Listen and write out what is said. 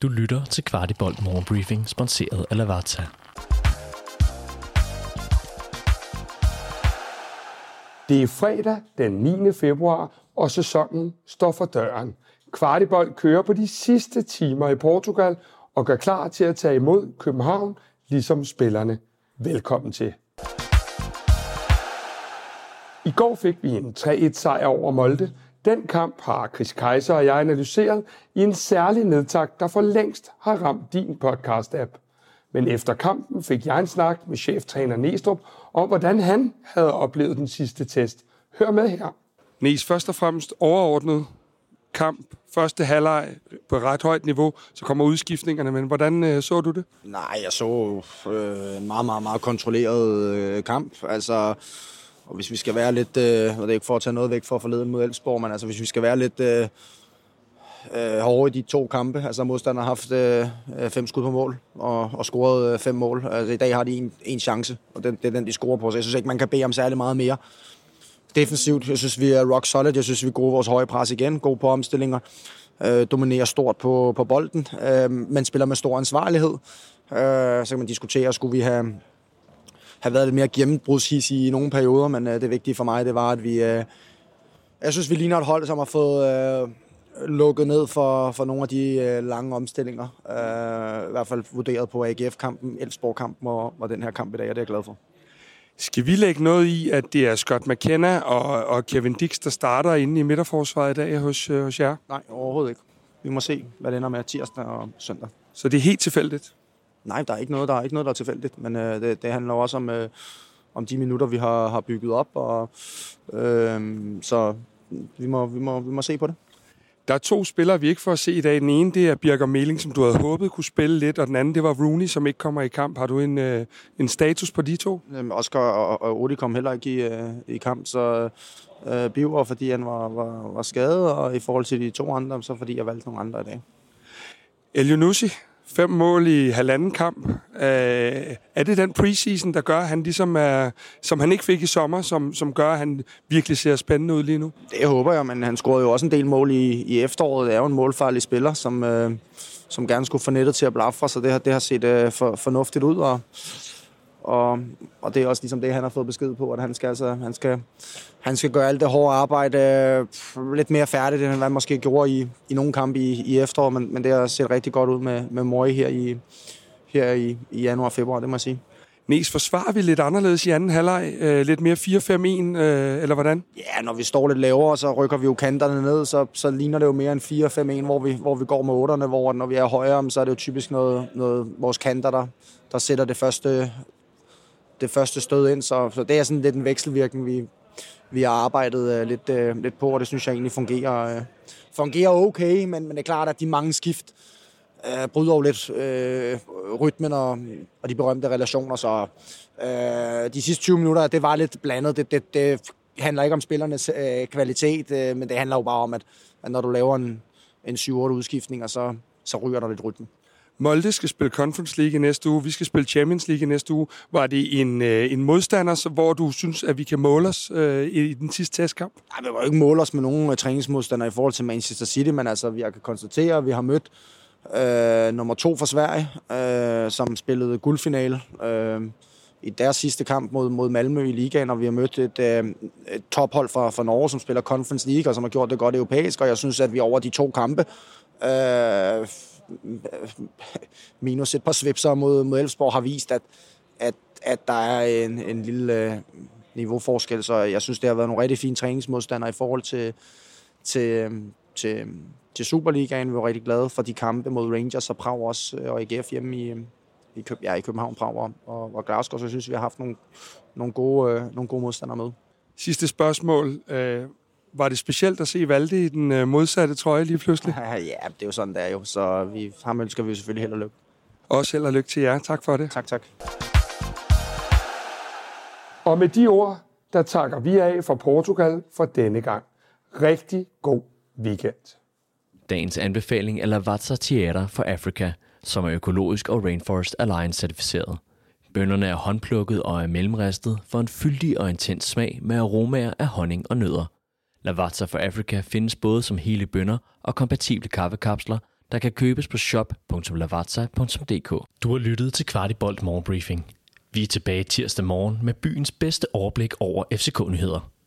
Du lytter til Kvartibolt Morgenbriefing, sponsoreret af Lavazza. Det er fredag den 9. februar, og sæsonen står for døren. Kvartibolt kører på de sidste timer i Portugal og gør klar til at tage imod København, ligesom spillerne. Velkommen til. I går fik vi en 3-1-sejr over Molde. Den kamp har Chris Kejser og jeg analyseret i en særlig nedtakt, der for længst har ramt din podcast-app. Men efter kampen fik jeg en snak med cheftræner Næstrup om, hvordan han havde oplevet den sidste test. Hør med her. Næs, først og fremmest overordnet kamp. Første halvleg på ret højt niveau, så kommer udskiftningerne. Men hvordan så du det? Nej, jeg så en meget kontrolleret kamp. Altså, og hvis vi skal være lidt, og det er ikke for at tage noget væk for forleden mod Elfsborg, men altså hvis vi skal være lidt hårde i de to kampe, altså modstanderen har haft 5 skud på mål og scoret 5 mål. Altså i dag har de en chance, og det er den, de scorer på, så jeg synes ikke, man kan bede om særlig meget mere. Defensivt, jeg synes, vi er rock solid, jeg synes, vi er gode vores høje pres igen, gode på omstillinger, dominerer stort på bolden, men spiller med stor ansvarlighed. Så kan man diskutere, skulle vi have været lidt mere gennembrudshis i nogle perioder, men det vigtige for mig, det var, at jeg synes, vi ligner et hold, som har fået lukket ned for nogle af de lange omstillinger. I hvert fald vurderet på AGF-kampen, Elfsborg-kampen og den her kamp i dag, og det er jeg glad for. Skal vi lægge noget i, at det er Scott McKenna og Kevin Dix, der starter inde i midterforsvaret i dag hos jer? Nej, overhovedet ikke. Vi må se, hvad det ender med tirsdag og søndag. Så det er helt tilfældigt? Nej, der er ikke noget, der er tilfældigt, men det handler også om de minutter, vi har bygget op, og så vi må se på det. Der er 2 spillere, vi ikke får at se i dag. Den ene, det er Birger Meling, som du havde håbet kunne spille lidt, og den anden, det var Rooney, som ikke kommer i kamp. Har du en status på de 2? Oscar og Odi kom heller ikke i kamp, så Biver, fordi han var skadet, og i forhold til de 2 andre, så fordi jeg valgte nogle andre i dag. Elyounoussi, 5 mål i halvanden kamp. Er det den preseason, der gør, at han ligesom som han ikke fik i sommer, som gør, at han virkelig ser spændende ud lige nu? Det håber jeg, men han scorede jo også en del mål i efteråret. Det er jo en målfarlig spiller, som gerne skulle få nettet til at blafre, så det har set fornuftigt ud, og det er også ligesom det, han har fået besked på, at han skal gøre alt det hårde arbejde lidt mere færdigt, end han måske gjorde i nogle kampe i efteråret, men det har set rigtig godt ud med Møje her i januar og februar, det må jeg sige. Næs, forsvarer vi lidt anderledes i anden halvleg? Lidt mere 4-5-1, eller hvordan? Ja, når vi står lidt lavere, så rykker vi jo kanterne ned, så ligner det jo mere en 4-5-1, hvor vi går med 8'erne, hvor når vi er højere, så er det jo typisk noget vores kanter, der sætter det første stød ind, så det er sådan lidt en vekselvirkning, vi har arbejdet lidt på, og det synes jeg egentlig fungerer okay, men det er klart, at de mange skift bryder jo lidt rytmen og de berømte relationer, så de sidste 20 minutter, det var lidt blandet. Det handler ikke om spillernes kvalitet, men det handler jo bare om, at når du laver en 7-8 udskiftninger, så ryger der lidt rytmen. Molde skal spille Conference League i næste uge. Vi skal spille Champions League i næste uge. Var det en modstander, hvor du synes, at vi kan måle os i den sidste testkamp? Nej, vi var jo ikke måle os med nogen træningsmodstandere i forhold til Manchester City, men altså, vi kan konstatere, at vi har mødt nummer 2 fra Sverige, som spillede guldfinale i deres sidste kamp mod Malmø i ligaen, og vi har mødt et tophold fra Norge, som spiller Conference League, og som har gjort det godt europæisk, og jeg synes, at vi over de 2 kampe minus et par svipser mod Elfsborg har vist, at der er en lille niveauforskel, så jeg synes, det har været nogle rigtig fine træningsmodstandere i forhold til Superligaen. Vi var rigtig glade for de kampe mod Rangers og Prag også, og AGF hjemme i København, Prag og Glasgow, så jeg synes, vi har haft nogle gode modstandere med. Sidste spørgsmål. Var det specielt at se Valde i den modsatte trøje lige pludselig? Ja, det er jo sådan, det er jo. Så ham ønsker vi jo selvfølgelig held og lykke. Også held og lykke til jer. Tak for det. Tak. Og med de ord, der takker vi af for Portugal for denne gang. Rigtig god weekend. Dagens anbefaling er Lavazza Theater for Africa, som er økologisk og Rainforest Alliance certificeret. Bønnerne er håndplukket og er mellemristet for en fyldig og intens smag med aromaer af honning og nødder. Lavazza for Africa findes både som hele bønner og kompatible kaffekapsler, der kan købes på shop.lavazza.dk. Du har lyttet til Kvartibolt Morgenbriefing. Vi er tilbage tirsdag morgen med byens bedste overblik over FCK-nyheder.